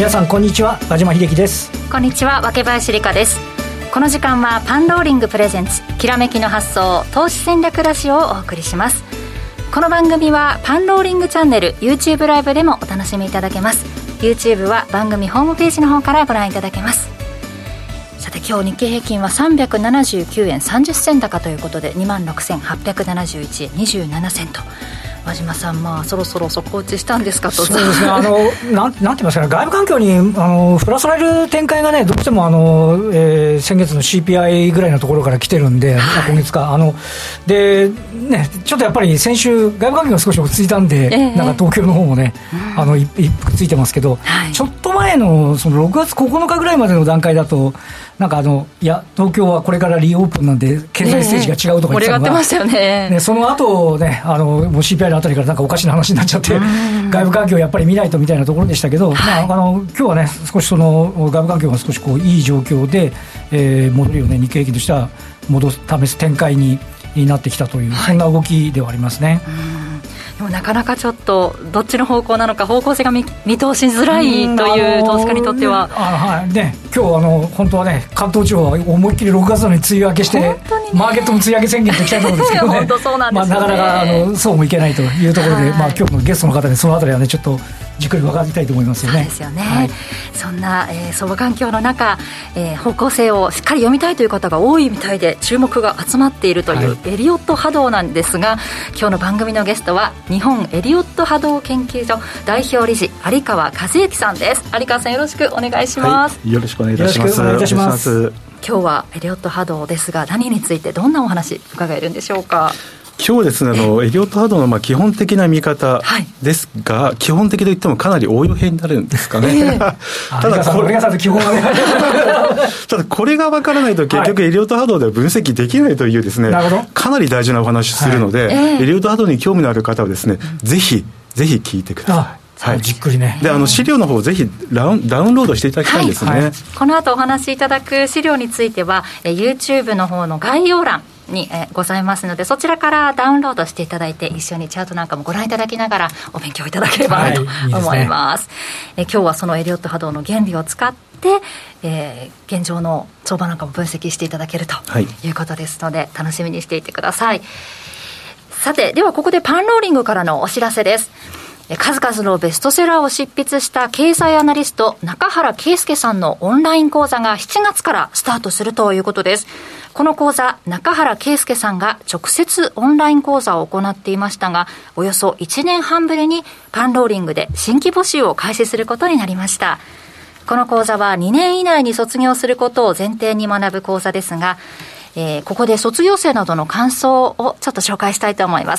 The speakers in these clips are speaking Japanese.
皆さんこんにちは、和島秀樹です。 こんにちは、若林理香です。この時間はパンローリングプレゼンツきらめきの発想投資戦略ラジオをお送りします。この番組はパンローリングチャンネル YouTube ライブでもお楽しみいただけます。 YouTube は番組ホームページの方からご覧いただけます。さて今日日経平均は379円30銭高ということで 26,871 円27銭と、和島さん、そろそろ底打ちしたんですかと。 そうですね、なんて言いますかね、外部環境に振らされる展開がね、どうしても先月の CPI ぐらいのところから来てるんで、今月かでね、ちょっとやっぱり先週外部環境が少し落ち着いたんで、なんか東京の方もね、一服ついてますけど、ちょっと前のその6月9日ぐらいまでの段階だと、なんかいや東京はこれからリオープンなんで経済ステージが違うとか言ってたのが、 盛り上がってましたよね。 その後ね、もう CPI のあたりからなんかおかしな話になっちゃって、外部環境やっぱり見ないとみたいなところでしたけど、今日はね、少しその外部環境が少しいい状況で、戻りをね、日経平均としては試す展開になってきたという、そんな動きではありますね。 でもなかなかちょっとどっちの方向なのか方向性が見通しづらいという投資家にとっては、 ね、今日本当はね、関東地方は思いっきり6月のに梅雨明けして、マーケットも梅雨明け宣言といきたいところですけどね。 本当そうなんですよね。 なかなかそうもいけないというところで、今日のゲストの方にそのあたりはね、ちょっとじっくり伺いたいと思いますよね。 そうですよね、そんな、相場環境の中、方向性をしっかり読みたいという方が多いみたいで注目が集まっているという、エリオット波動なんですが、今日の番組のゲストは日本エリオット波動研究所代表理事有川和幸さんです。有川さん、よろしくお願いします。 よろしくお願いいたします。 今日はエリオット波動ですが、何についてどんなお話伺えるんでしょうか。 今日ですね、エリオット波動の基本的な見方ですが、基本的といってもかなり応用編になるんですかね。ただこれが分からないと結局エリオット波動では分析できないというですね、かなり大事なお話をするので、エリオット波動に興味のある方はですね、ぜひ聞いてください。 じっくりね。 で、資料の方をぜひダウンロードしていただきたいんですね。 この後お話しいただく資料については YouTube の方の概要欄にございますので、そちらからダウンロードしていただいて、一緒にチャートなんかもご覧いただきながらお勉強いただければなと思います。今日はそのエリオット波動の原理を使って、現状の相場なんかも分析していただけるということですので、楽しみにしていてください。さて、ではここでパンローリングからのお知らせです。数々のベストセラーを執筆した経済アナリスト中原圭介さんのオンライン講座が7月からスタートするということです。この講座、中原圭介さんが直接オンライン講座を行っていましたが、およそ1年半ぶりにパンローリングで新規募集を開始することになりました。この講座は2年以内に卒業することを前提に学ぶ講座ですが、ここで卒業生などの感想をちょっと紹介したいと思います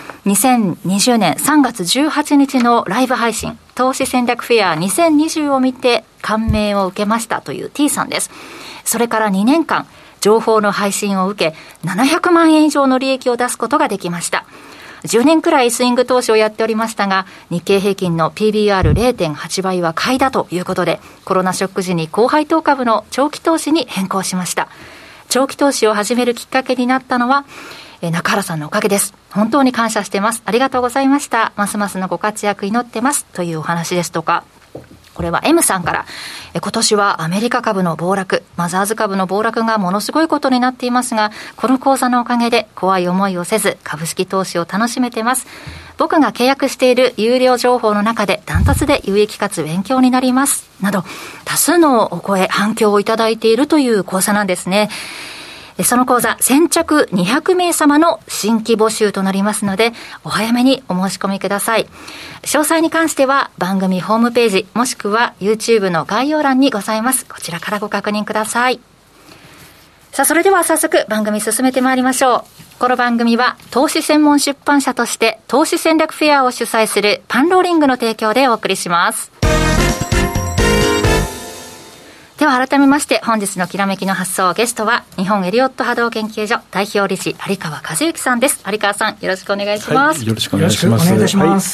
。2020年3月18日のライブ配信、投資戦略フェア2020を見て感銘を受けましたという T さんです。それから2年間情報の配信を受け、700万円以上の利益を出すことができました。10年くらいスイング投資をやっておりましたが、日経平均の PBR0.8 倍は買いだということで、コロナショック時に高配当株の長期投資に変更しました。長期投資を始めるきっかけになったのは中原さんのおかげです。本当に感謝してます。ありがとうございました。ますますのご活躍祈ってますというお話ですとか、これは M さんから、今年はアメリカ株の暴落、マザーズ株の暴落がものすごいことになっていますが、この講座のおかげで怖い思いをせず株式投資を楽しめてます。僕が契約している有料情報の中でダントツで有益かつ勉強になりますなど、多数のお声反響をいただいているという講座なんですね。その講座、先着200名様の新規募集となりますので、お早めにお申し込みください。詳細に関しては番組ホームページもしくは YouTube の概要欄にございます。こちらからご確認ください。さあ、それでは早速番組進めてまいりましょう。この番組は投資専門出版社として投資戦略フェアを主催するパンローリングの提供でお送りします。では改めまして本日のきらめきの発想、ゲストは日本エリオット波動研究所代表理事有川和幸さんです。有川さん、よろしくお願いします。 よろしくお願いします。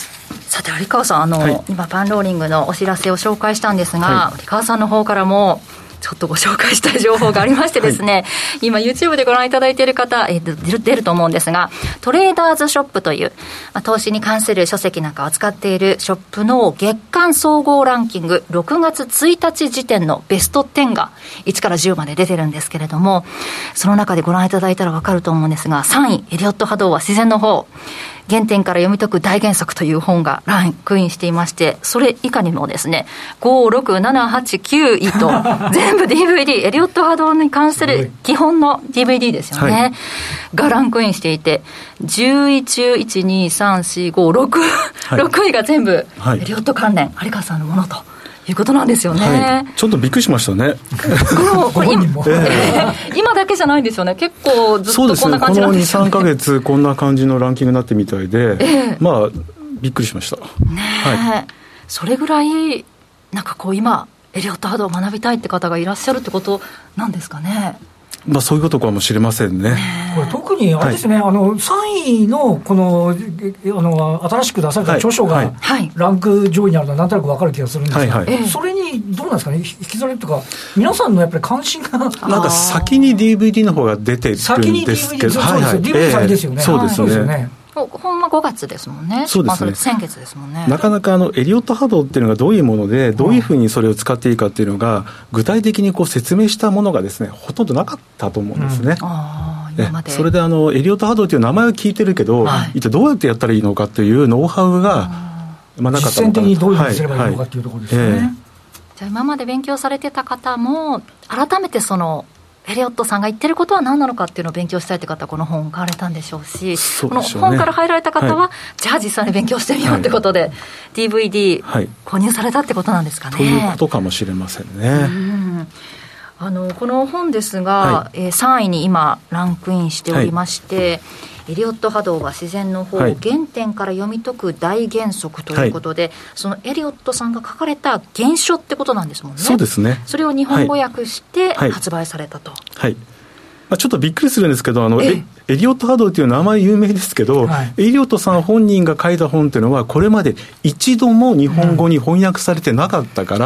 さて有川さん、今パンローリングのお知らせを紹介したんですが、有川さんの方からもちょっとご紹介したい情報がありましてですね、はい、今 YouTube でご覧いただいている方、出ると思うんですが、トレーダーズショップという、投資に関する書籍なんかを扱っているショップの月間総合ランキング6月1日時点のベスト10が1から10まで出てるんですけれども、その中でご覧いただいたら分かると思うんですが、3位エリオット波動は自然の方、原点から読み解く大原則という本がランクインしていまして、それ以下にもですね、5、6、7、8、9位と全部 DVD エリオット波動に関する基本の DVD ですよね、はい、がランクインしていて、10位中 1,2,3,4,5,6 はい、 6位が全部エリオット関連、有川さんのものということなんですよね、はい、 ちょっとびっくりしましたね今だけじゃないんですよね。結構ずっとこんな感じなんですよね。 そうですね、この 2,3 ヶ月こんな感じのランキングになってみたいで、まあびっくりしましたね、 はい、それぐらいなんかこう今エリオット波動を学びたいって方がいらっしゃるってことなんですかね。 まあ、そういうことかもしれませんね。 これ特にあれですね、はい、3位のこの新しく出された著書がランク上位にあるのはなんとなく分かる気がするんですが、それにどうなんですかね、引きずれるとか、皆さんのやっぱり関心がなんか先に DVD の方が出てるんですけど、 先に DVD、そうですよ、DVD 先ですよね。 そうですね。 ほんま5月ですもんね。 そうですね、 先月ですもんね。 なかなかエリオット波動っていうのがどういうもので、どういうふうにそれを使っていいかっていうのが具体的にこう説明したものがですね、ほとんどなかったと思うんですね、今まで。それでエリオット波動という名前を聞いてるけど、一体どうやってやったらいいのかっていうノウハウがなかったのかな。 実践的にどういうふうにすればいいのかっていうところですね、 じゃあ今まで勉強されてた方も改めてそのエリオットさんが言ってることは何なのかっていうのを勉強したいという方はこの本を買われたんでしょうし、この本から入られた方は、じゃあ実際に勉強してみようってことで、DVD 購入されたってことなんですかね。 ということかもしれませんね。 この本ですが、3位に今ランクインしておりまして、エリオット波動は自然の方、原点から読み解く大原則ということで、そのエリオットさんが書かれた原書ってことなんですもんね。 そうですね。 それを日本語訳して発売されたと。 ちょっとびっくりするんですけど、エリオット波動という名前有名ですけど、エリオットさん本人が書いた本というのはこれまで一度も日本語に翻訳されてなかったから、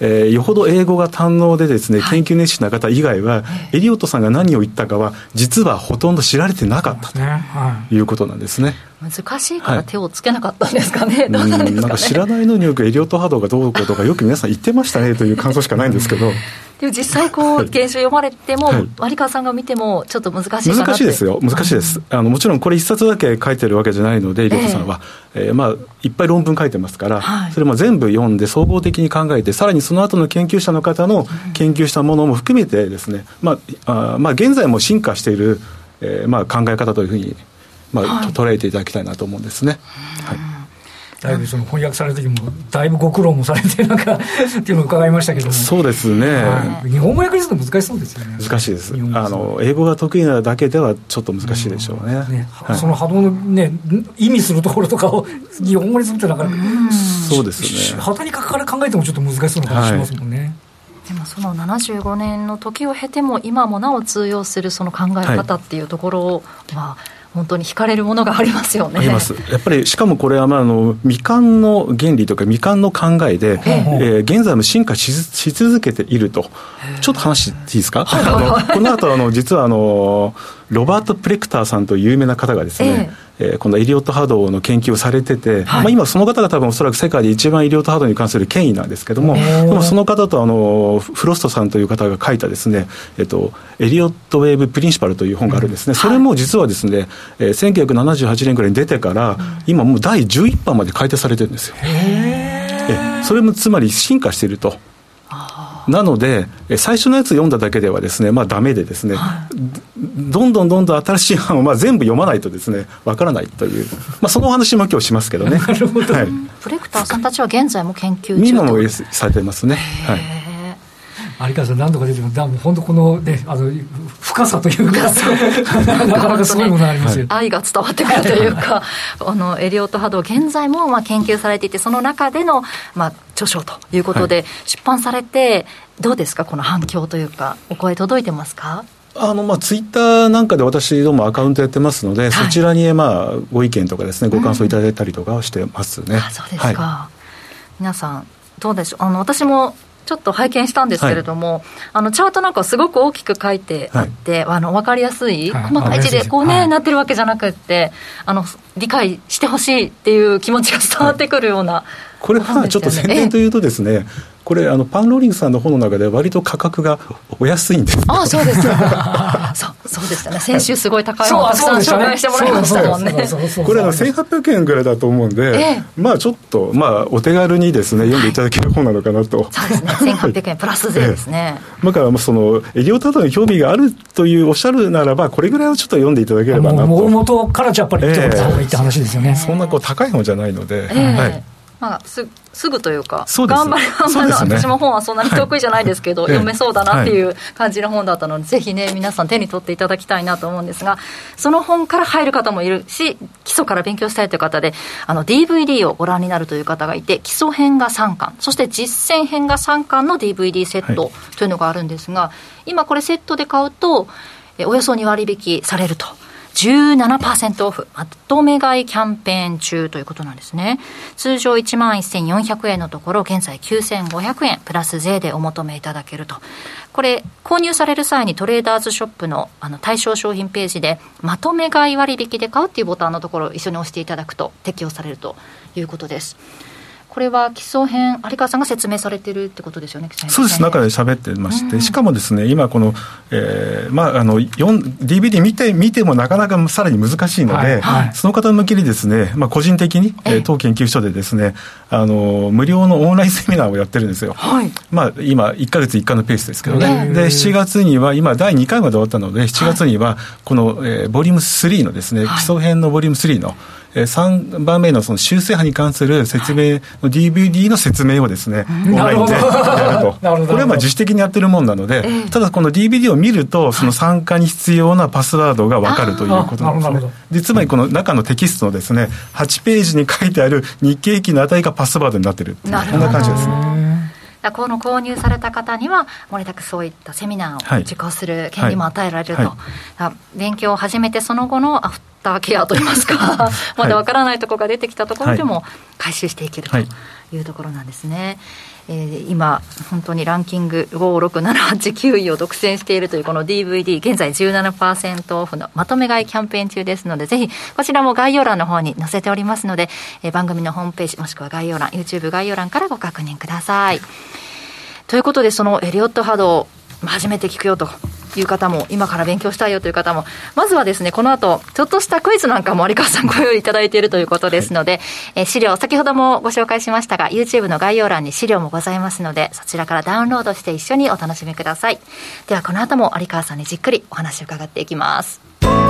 よほど英語が堪能でですね、研究熱心な方以外は、エリオットさんが何を言ったかは実はほとんど知られてなかったということなんですね。 難しいから手をつけなかったんですかね、どうなんですかね。 なんか知らないのによくエリオット波動がどうこうとかよく皆さん言ってましたねという感想しかないんですけどでも実際こう原書読まれても、有川さんが見てもちょっと難しいかなって。 難しいですよ、難しいです。もちろんこれ一冊だけ書いてるわけじゃないので、エリオットさんは、いっぱい論文書いてますから、それも全部読んで総合的に考えて、さらにその後の研究者の方の研究したものも含めてですね、現在も進化している、考え方というふうに、捉えていただきたいなと思うんですね。 だいぶその翻訳された時もだいぶご苦労もされてなんかっていうのを伺いましたけども。そうですね、日本語訳するの難しそうですよね。 難しいです。英語が得意なだけではちょっと難しいでしょうね。 その波動のね、意味するところとかを日本語にするってなかなか、 そうですね、 旗に書から考えてもちょっと難しそうな感じしますもんね。 でもその75年の時を経ても今もなお通用するその考え方っていうところは、本当に惹かれるものがありますよね。 あります。やっぱりしかもこれは未完の原理とか未完の考えで、現在も進化し続けていると。ちょっと話していいですか。この後実はロバート・プレクターさんという有名な方がですね、このエリオット波動の研究をされてて、今その方が多分おそらく世界で一番エリオット波動に関する権威なんですけども、でもその方とフロストさんという方が書いたですね、エリオットウェーブ・プリンシパルという本があるんですね。それも実はですね、1978年ぐらいに出てから、今もう第11版まで改訂されてるんですよ。それもつまり進化していると。なので最初のやつ読んだだけではですね、ダメでですね、どんどん新しい版を全部読まないとですねわからないという、そのお話も今日しますけどね。 なるほど、プレクターさんたちは現在も研究中今もされてますね。 有川さん何度か出ても本当この、ね、深さというかなかなかすごいものがありますよ。 愛が伝わってくるというかエリオット波動現在も研究されていて、その中での、著書ということで、出版されてどうですか、この反響というかお声届いてますか。 ツイッターなんかで私どもアカウントやってますので、そちらにご意見とかですね、ご感想いただいたりとかしてますね。 そうですか、皆さんどうでしょう。私もちょっと拝見したんですけれども、チャートなんかすごく大きく書いてあって、分かりやすい、細かい字でこうね、なってるわけじゃなくって、理解してほしいっていう気持ちが伝わってくるような、 これはちょっと宣伝というとですね、これパンローリングさんの本の中で割と価格がお安いんです。 そうですそうでしたね。先週すごい高いのをたくさん紹介してもらいましたもんね。 これ1800円ぐらいだと思うんで、ちょっとお手軽にですね読んでいただける本なのかなと。 そうですね。1800円プラス税ですね。 だからそのエリオットハドに興味があるというおっしゃるならば、これぐらいをちょっと読んでいただければなと。 大元からやっぱり読んだ方がいいって話ですよね。 そんな高い本じゃないので。 すぐというか、 頑張り私も本はそんなに得意じじゃないですけど、読めそうだなっていう感じの本だったので、ぜひね皆さん手に取っていただきたいなと思うんですが、その本から入る方もいるし、基礎から勉強したいという方でDVD をご覧になるという方がいて、基礎編が3巻、そして実践編が3巻の DVD セットというのがあるんですが、今これセットで買うとおよそ2割引きされると。17% オフ、まとめ買いキャンペーン中ということなんですね。通常11,400 円のところ、現在9,500円プラス税でお求めいただけると。これ購入される際にトレーダーズショップの対象商品ページでまとめ買い割引で買うっていうボタンのところを一緒に押していただくと適用されるということです。これは基礎編、有川さんが説明されてるってことですよね。 そうです。中で喋ってまして、しかもですね、今この、DVD 見てもなかなかさらに難しいので、その方向けにですね、個人的に当研究所でですね、無料のオンラインセミナーをやってるんですよ。今1ヶ月1回のペースですけどね。で7月には今第2回まで終わったので、7月にはこの、ボリューム3のですね、基礎編のボリューム3の3番目のその修正派に関する説明の DVD の説明をですね、オンラインでやると。これは自主的にやってるもんなので、ただこの DVD を見るとその参加に必要なパスワードが分かるということなんですね。でつまりこの中のテキストのですね8ページに書いてある日経平均の値がパスワードになってるっていう、こんな感じですね。 この購入された方にはもれなくそういったセミナーを受講する権利も与えられると、勉強を始めてその後のアフターケアといいますかまだわからないところが出てきたところでも回収していけるというところなんですね。今本当にランキング5、6、7、8、9位を独占しているというこの DVD、 現在 17% オフのまとめ買いキャンペーン中ですので、ぜひこちらも概要欄の方に載せておりますので、番組のホームページもしくは概要欄、 YouTube 概要欄からご確認ください。ということで、そのエリオット波動初めて聞くよという方も、今から勉強したいよという方も、まずはですね、この後ちょっとしたクイズなんかも有川さんご用意いただいているということですので、資料先ほどもご紹介しましたが YouTube の概要欄に資料もございますので、そちらからダウンロードして一緒にお楽しみください。ではこの後も有川さんにじっくりお話を伺っていきます。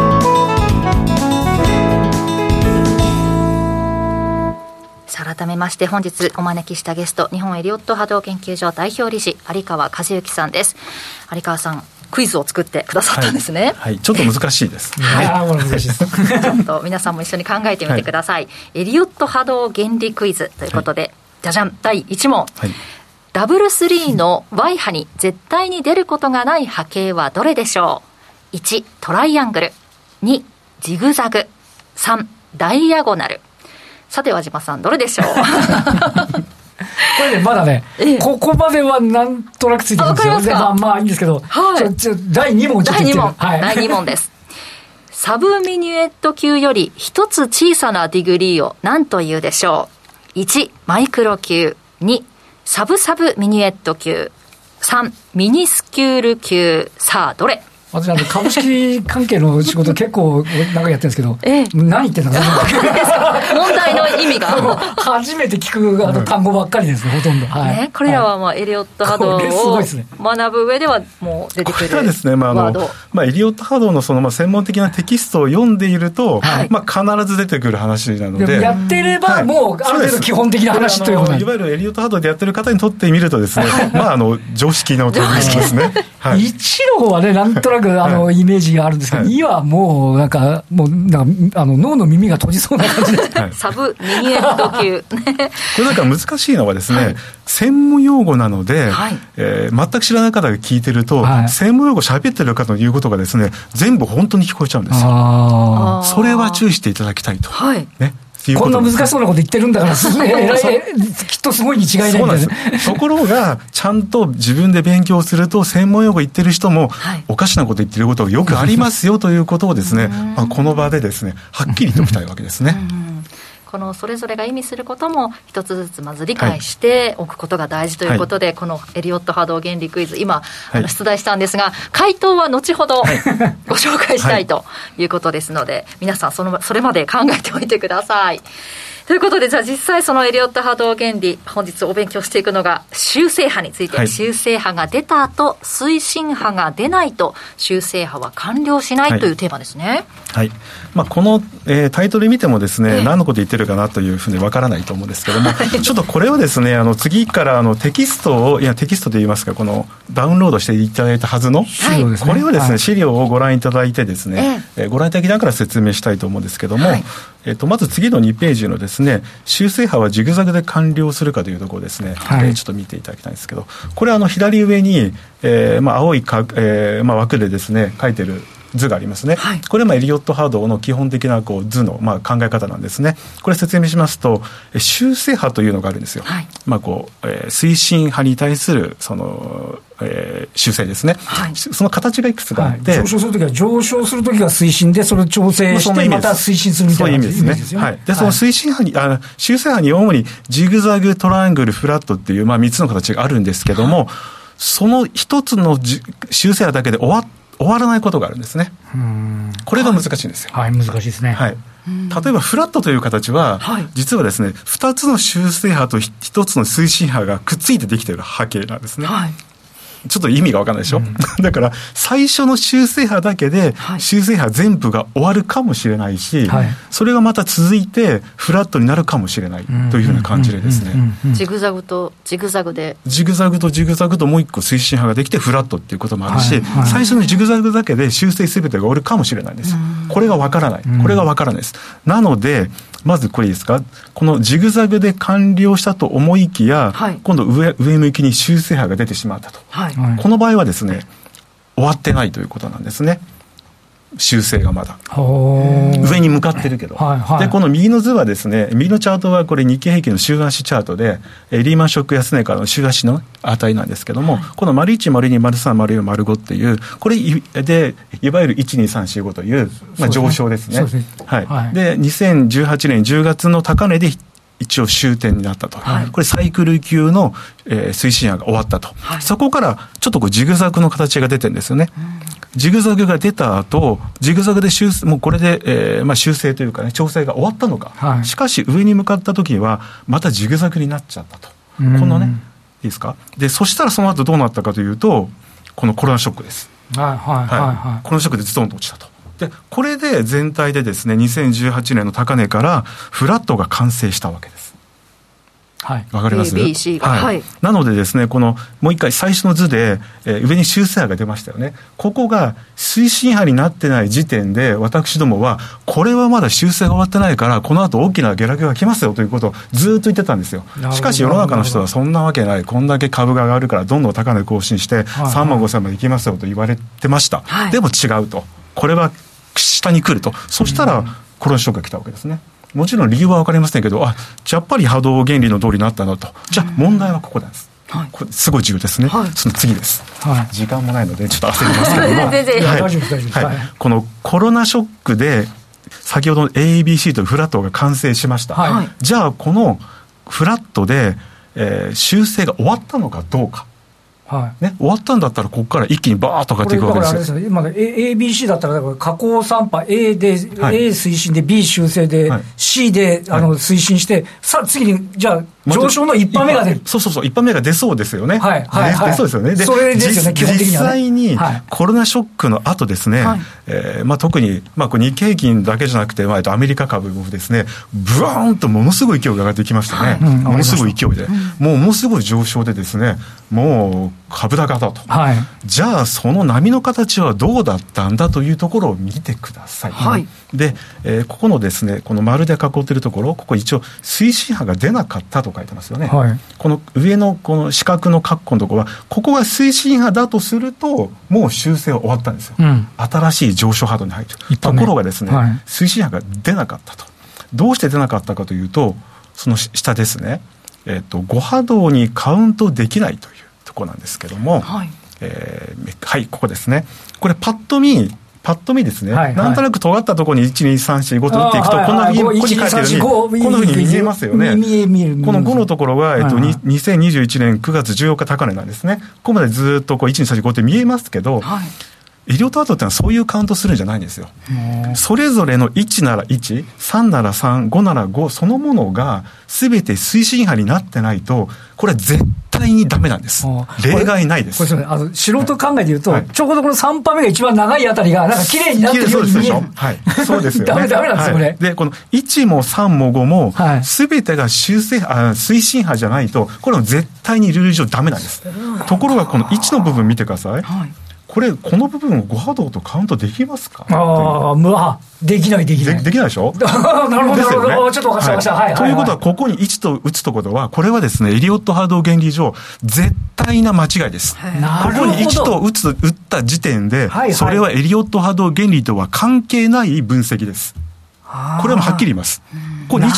改めまして本日お招きしたゲスト、日本エリオット波動研究所代表理事有川和幸さんです。有川さん、クイズを作ってくださったんですね。 ちょっと難しいです。 難しいです。 ちょっと皆さんも一緒に考えてみてください。エリオット波動原理クイズということで、じゃじゃん、第1問、ダブル3の Y 波に絶対に出ることがない波形はどれでしょう。1、トライアングル、2、ジグザグ、3、ダイアゴナル。さて和島さん、どれでしょう。 これね、まだね、ここまではなんとなくついてるんですよ。まあいいんですけど、第2問ちょっと言ってる。 第2問です。サブミニュエット級より一つ小さなディグリーを何というでしょう。1、マイクロ級、2、サブサブミニュエット級、3、ミニスキュール級。さあどれ。 私株式関係の仕事結構長くやってるんですけど、何言ってんのか問題の意味が初めて聞く単語ばっかりですね、ほとんど。 これらはエリオット波動を学ぶ上ではもう出てくる。 これはですね、ワード、エリオット波動の専門的なテキストを読んでいると、必ず出てくなので、 やってればもうある程度基本的な話ということいわゆるエリオット波動でやってる方にとってみるとですね、常識のところですね。 1の方はね、なんとなくイメージがあるんですけど、2はもう脳の耳が閉じそうな感じで、 サブミニエット級これ難しいのはですね、専門用語なので、全く知らない方が聞いてると、専門用語喋ってる方の言うことがですね、全部本当に聞こえちゃうんですよ。それは注意していただきたいと、 こんな難しそうなこと言ってるんだからきっとすごいに違いないんだよね。 ところがちゃんと自分で勉強すると専門用語言ってる人もおかしなこと言ってることがよくありますよということをですね、この場でですねはっきりときたいわけですね。 このそれぞれが意味することも一つずつまず理解しておくことが大事ということで、このエリオット波動原理クイズ今、出題したんですが回答は後ほどご紹介したいということですので、皆さんそれまで考えておいてください。ということで、じゃあ実際そのエリオット波動原理、本日お勉強していくのが修正波について、修正波が出た後推進波が出ないと修正波は完了しないというテーマですね。 この、タイトル見てもですね、何のこと言ってるかなというふうにわからないと思うんですけども、ちょっとこれをですね次からテキストと言いますか、このダウンロードしていただいたはずの、これをですね、資料をご覧いただいてですね、ご覧いただきながら説明したいと思うんですけども、まず次の2ページのですね、修正波はジグザグで完了するかというところですね、ちょっと見ていただきたいんですけど、これは左上に、青い枠でですね書いてる図がありますね。これはエリオット波動の基本的な図の考え方なんですね。これ説明しますと、修正波というのがあるんですよ。推進波に対するその、修正ですね。その形がいくつかあって、 上昇するときは上昇するときが推進で、それを調整してまた推進するみたいなイメージですね。 でその推進波に修正波に主にジグザグ、トライアングル、フラットっていう3つの形があるんですけども、その一つの修正波だけで終わらないことがあるんですね。これが難しいんですよ。 難しいですね。 例えばフラットという形は、実はですね2つの修正波と1つの推進波がくっついてできている波形なんですね。ちょっと意味が分かんないでしょ、だから最初の修正波だけで修正波全部が終わるかもしれないし、それがまた続いてフラットになるかもしれないというふうな感じでですね、 ジグザグとジグザグでジグザグとジグザグともう一個推進波ができてフラットっていうこともあるし、最初のジグザグだけで修正全てが終わるかもしれないんですよ。これが分からない、これが分からないです。なのでまずこれいいですか、このジグザグで完了したと思いきや、今度上向きに修正波が出てしまったと、この場合はですね終わってないということなんですね。修正がまだ上に向かってるけど、でこの右の図はですね、右のチャートはこれ日経平均の週足チャートでリーマンショック安値からの週足の値なんですけども、この01、02、03、04、05っていうこれでいわゆる12345という、上昇ですね。で2018年10月の高値で一応終点になったと、これサイクル級の、推進波が終わったと、そこからちょっとジグザグの形が出てるんですよね。ジグザグが出た後、ジグザグでもうこれで、修正というかね、調整が終わったのか、しかし上に向かった時にはまたジグザグになっちゃったと、このね、いいですか。でそしたらその後どうなったかというと、このコロナショックです。コロナショックでズドンと落ちたと。でこれで全体でですね2018年の高値からフラットが完成したわけです。わかります？ ABC が、 なのでですね、このもう一回最初の図で、上に修正波が出ましたよね。ここが推進波になってない時点で私どもはこれはまだ修正が終わってないからこの後大きな下落が来ますよということをずっと言ってたんですよ。しかし世の中の人はそんなわけない、こんだけ株が上がるからどんどん高値更新して3万5千までいきますよと言われてました。でも違うと、これは下に来ると、そしたらコロナショックが来たわけですね。もちろん理由は分かりませんけど、やっぱり波動原理の通りになったなと。じゃあ問題はここなんです。これすごい重要ですね。その次です。時間もないのでちょっと焦りますけども、 大丈夫大丈夫。 このコロナショックで先ほどの ABC というフラットが完成しました。じゃあこのフラットで、修正が終わったのかどうか。終わったんだったらここから一気にバーッと上がっていくわけですよ。 今 ABC だったら下降3波 A で、A 推進で B 修正で、C で推進して、さあ次にじゃあ上昇の1波目が出る。 そう1波目が出そうですよね。出そうですよね。 でそれですよね、基本的にはね。 実際にコロナショックの後ですね、特に、日経平均だけじゃなくて、アメリカ株もですね、ブワーンとものすごい勢いが上がってきましたね。ものすごい勢いで、ものすごい上昇でですね、もう株高だと、じゃあその波の形はどうだったんだというところを見てください。で、ここのですね、この丸で囲っているところ、ここ一応推進波が出なかったと書いてますよね。この上のこの四角の括弧のところは、ここが推進波だとするともう修正は終わったんですよ。新しい上昇波動に入るところがですね、推進波が出なかったと。 どうして出なかったかというと、その下ですね、5波動にカウントできないというところなんですけども、はい、はい、ここですね。これパッと見ですね、はいはい、なんとなく尖ったところに1、2、3、4、5と打っていくと、こんなふうに、ここに書いてるように、こんなふうに見えますよね。この5のところが、2021年9月14日高値なんですね。ここまでずっとこう1、2、3、4、5って見えますけど、はい、イリオットハートってのはそういうカウントするんじゃないんですよ。それぞれの1なら1、3なら3、5なら5、そのものが全て推進波になってないと、これは絶対にダメなんです。例外ないです。 これ素人考えで言うと、はい、ちょうどこの3波目が一番長いあたりがなんか綺麗になってるように見える。 はい、そうですよね。 ダメなんですよ、これ。 はい、で、この1も3も5も、全てが推進波じゃないと、これは絶対にルール上ダメなんです。ところがこの1の部分見てください。はい、この部分を5波動とカウントできますか？ できないできないでしょなるほど、ね、ちょっと分かりました、はい、 ということは、ここに1と打つところは、これはですね、エリオット波動原理上絶対な間違いです。ここに1と打った時点で、それはエリオット波動原理とは関係ない分析です。これははっきり言います。ここに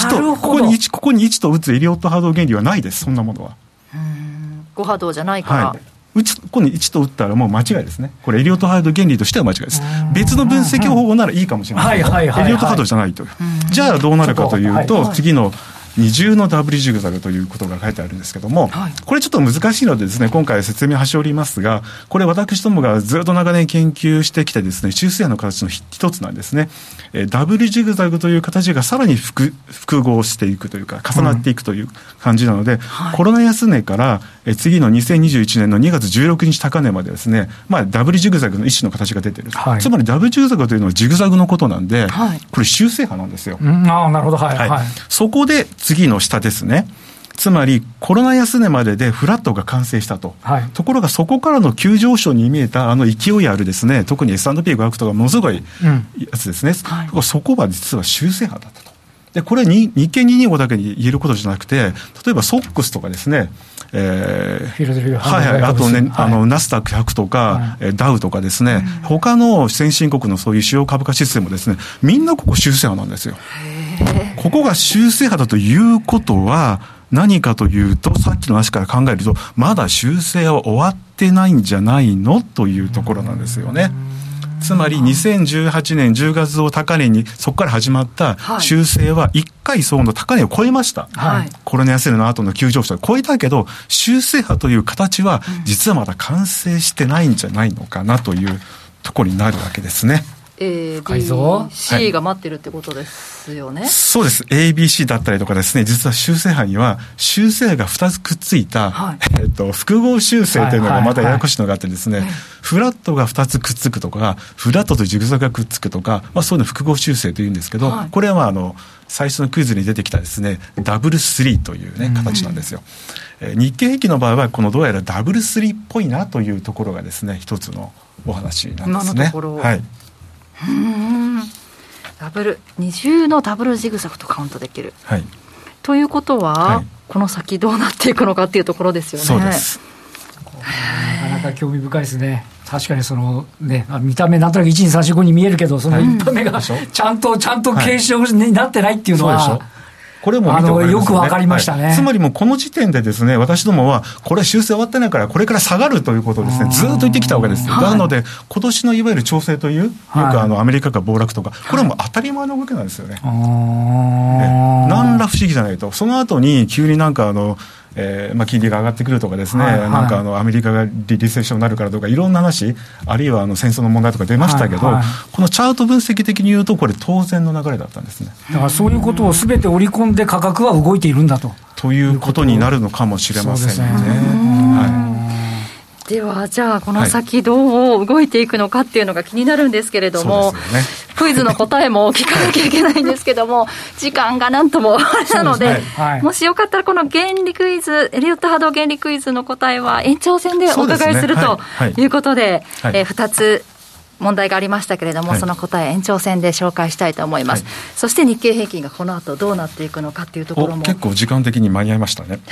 1と打つエリオット波動原理はないです。そんなものは 5波動じゃないから、 はい、ここに1と打ったらもう間違いですね。これエリオット波動原理としては間違いです。別の分析方法ならいいかもしれませんけど、エリオット波動じゃないと。じゃあどうなるかというと、次の二重のダブルジグザグということが書いてあるんですけども、これちょっと難しいのでですね、今回説明端折りますが、これ私どもがずっと長年研究してきてですね、修正の形の一つなんですね。ダブルジグザグという形がさらに複合していくというか重なっていくという感じなので、コロナ安値から次の2021年の2月16日高値までですね、ダブルジグザグの一種の形が出ている、つまりダブルジグザグというのはジグザグのことなんで、これ修正波なんですよ。 なるほど、 そこで次の下ですね。つまりコロナ安値まででフラットが完成したと、ところがそこからの急上昇に見えた勢いあるですね、特に S&P500 とかものすごいやつですね、そこは実は修正波だったと。でこれ日経225だけに言えることじゃなくて、例えばソックスとかですね、あとね、ナスダック100とか、ダウとかですね、他の先進国のそういう主要株価指数もですね、みんなここ修正波なんですよ。ここが修正波だということは何かというと、さっきの話から考えると、まだ修正は終わってないんじゃないのというところなんですよね。つまり2018年10月を高値にそこから始まった修正は1回相応の高値を超えました、コロナ安値の後の急上昇を超えたけど、修正波という形は実はまだ完成してないんじゃないのかなというところになるわけですね。 ABC が待ってるってことですよね。 そうです。 ABC だったりとかですね、実は修正波には修正が2つくっついた、複合修正というのがまたややこしいのがあってですね、フラットが2つくっつくとか、フラットとジグザグがくっつくとか、そういうの複合修正というんですけど、これは最初のクイズに出てきたですね、ダブル3というね形なんですよ。日経平均の場合はこのどうやらダブル3っぽいなというところがですね、一つのお話なんですね。 二重のダブルジグザグとカウントできる、ということは、この先どうなっていくのかっていうところですよね。 そうです。 なかなか興味深いですね。確かに見た目なんとなく1,2,3,4,5に見えるけど、その一歩目がちゃんと継承になってないっていうのは、 これも見てわかりますよね。 よくわかりましたね。 つまりもうこの時点でですね、私どもはこれ修正終わってないからこれから下がるということをですね、ずっと言ってきたわけです。なので今年のいわゆる調整という、よくアメリカが暴落とか、これはもう当たり前の動きなんですよね。何ら不思議じゃないと。その後に急に金利が上がってくるとかですね、アメリカがリセッションになるからとか、いろんな話、あるいは戦争の問題とか出ましたけど、このチャート分析的に言うとこれ当然の流れだったんですね。 だからそういうことを全て織り込んで価格は動いているんだということになるのかもしれませんね。 ではじゃあこの先どう動いていくのかっていうのが気になるんですけれども、クイズの答えも聞かなきゃいけないんですけども時間がなんともあれなので、もしよかったらこの原理クイズ、エリオット波動原理クイズの答えは延長戦でお伺いするということで、2つ問題がありましたけれども、その答え延長戦で紹介したいと思います。そして日経平均がこの後どうなっていくのかっていうところも結構時間的に間に合いましたね。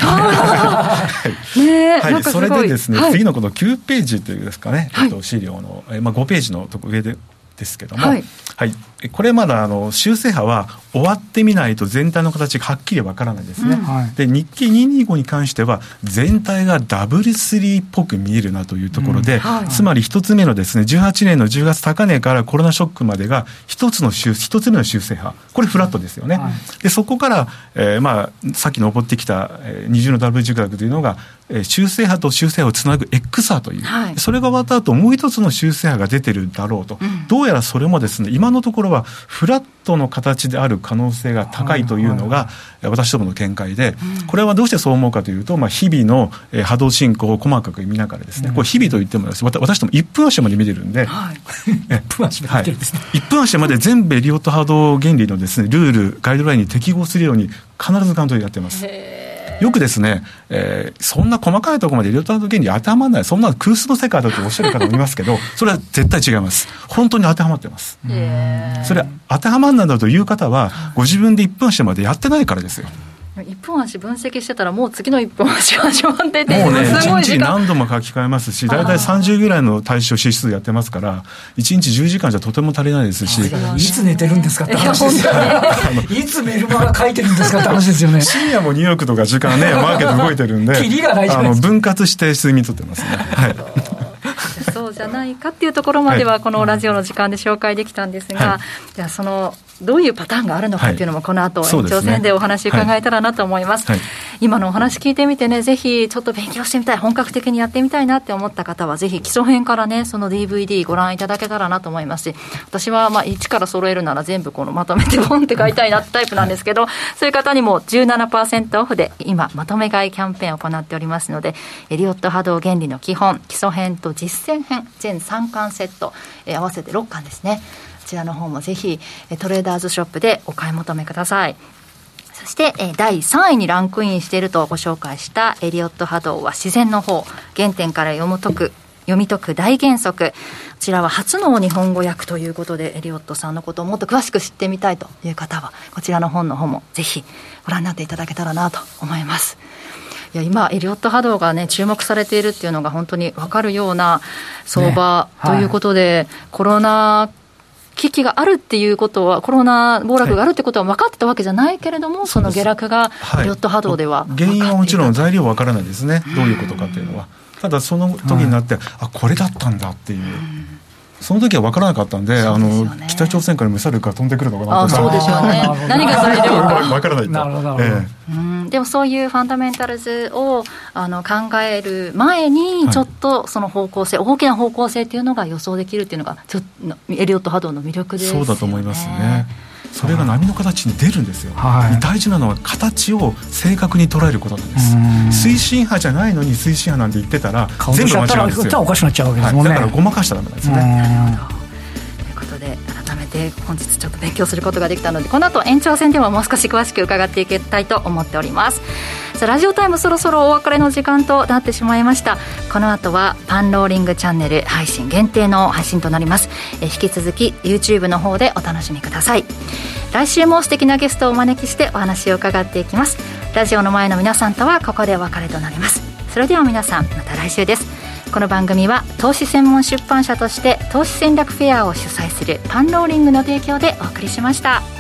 それでですね、次のこの9ページというですかね、資料の、5ページの上ですけども、これまだ修正波は終わってみないと全体の形がはっきりわからないですね、で日経225に関しては全体が W3 っぽく見えるなというところで、つまり一つ目のですね18年の10月高値からコロナショックまでが一つ目の修正波、これフラットですよね、でそこから、さっき登ってきた二重の W 軸落というのが修正波と修正波をつなぐ X 波という、それが終わった後もう一つの修正波が出てるだろうと、どうやらそれもですね今のところはフラットの形である可能性が高いというのが私どもの見解で、これはどうしてそう思うかというと、日々の波動進行を細かく見ながらですね、これ日々といってもですね、私ども1分足まで見てるんで、 1分足まで見てるんですね、 1分足まで全部エリオット波動原理のですねルールガイドラインに適合するように必ずカウントでやってます。よくですね、そんな細かいところまでエリオット波動原理当てはまらない、そんな空想の世界だとおっしゃる方もいますけどそれは絶対違います。本当に当てはまってます。それ当てはまらないんだという方はご自分で1分足までやってないからですよ。 1分足分析してたらもう次の1分足始まってて、 もうねすごい 1日何度も書き換えますし、だいたい30ぐらいの対象指数やってますから1日10時間じゃとても足りないですし、 いつ寝てるんですかって話ですよねいつメルマガ書いてるんですかって話ですよね深夜もニューヨークとか時間ねマーケット動いてるんでキリがないじゃないですか。 分割して睡眠とってますね、 そうじゃないかっていうところまではこのラジオの時間で紹介できたんですが、じゃあそのどういうパターンがあるのかっていうのもこの後延長戦でお話伺えたらなと思います。今のお話聞いてみてね、ぜひちょっと勉強してみたい、本格的にやってみたいなって思った方はぜひ基礎編からねその DVD ご覧いただけたらなと思いますし、私は一から揃えるなら全部このまとめてボンって買いたいなってタイプなんですけど、そういう方にも 17% オフで今まとめ買いキャンペーンを行っておりますので、エリオット波動原理の基本、基礎編と実践編全3巻セット、合わせて6巻ですね。こちらの方もぜひトレーダーズショップでお買い求めください。そして第3位にランクインしているとご紹介したエリオット波動は自然の方、原点から読み解く大原則。こちらは初の日本語訳ということで、エリオットさんのことをもっと詳しく知ってみたいという方はこちらの本の方もぜひご覧になっていただけたらなと思います。いや今エリオット波動がね注目されているっていうのが本当に分かるような相場ということで、コロナ危機があるっていうことは、コロナ暴落があるってことは分かってたわけじゃないけれども、その下落がエリオット波動では原因はもちろん材料は分からないですね、どういうことかっていうのは。ただその時になって、これだったんだっていう、その時は分からなかったんで、北朝鮮からミサイルが飛んでくるのかなとか、 そうですよね何が材料か分からないと。 なるほど、 でもそういうファンダメンタルズを考える前にちょっとその方向性、大きな方向性っていうのが予想できるっていうのがちょっとエリオット波動の魅力ですよね。 そうだと思いますね。それが波の形に出るんですよ、大事なのは形を正確に捉えることなんです。推進波じゃないのに推進波なんて言ってたら全部間違うんですよ。 おかしくなっちゃうわけですもんね、 だからごまかしちゃダメなんですね。 ということで改めて本日ちょっと勉強することができたので、この後延長戦でももう少し詳しく伺っていきたいと思っております。さあラジオタイムそろそろお別れの時間となってしまいました。この後はパンローリングチャンネル配信限定の配信となります。引き続き YouTube の方でお楽しみください。来週も素敵なゲストをお招きしてお話を伺っていきます。ラジオの前の皆さんとはここでお別れとなります。それでは皆さんまた来週です。この番組は投資専門出版社として投資戦略フェアを主催するパンローリングの提供でお送りしました。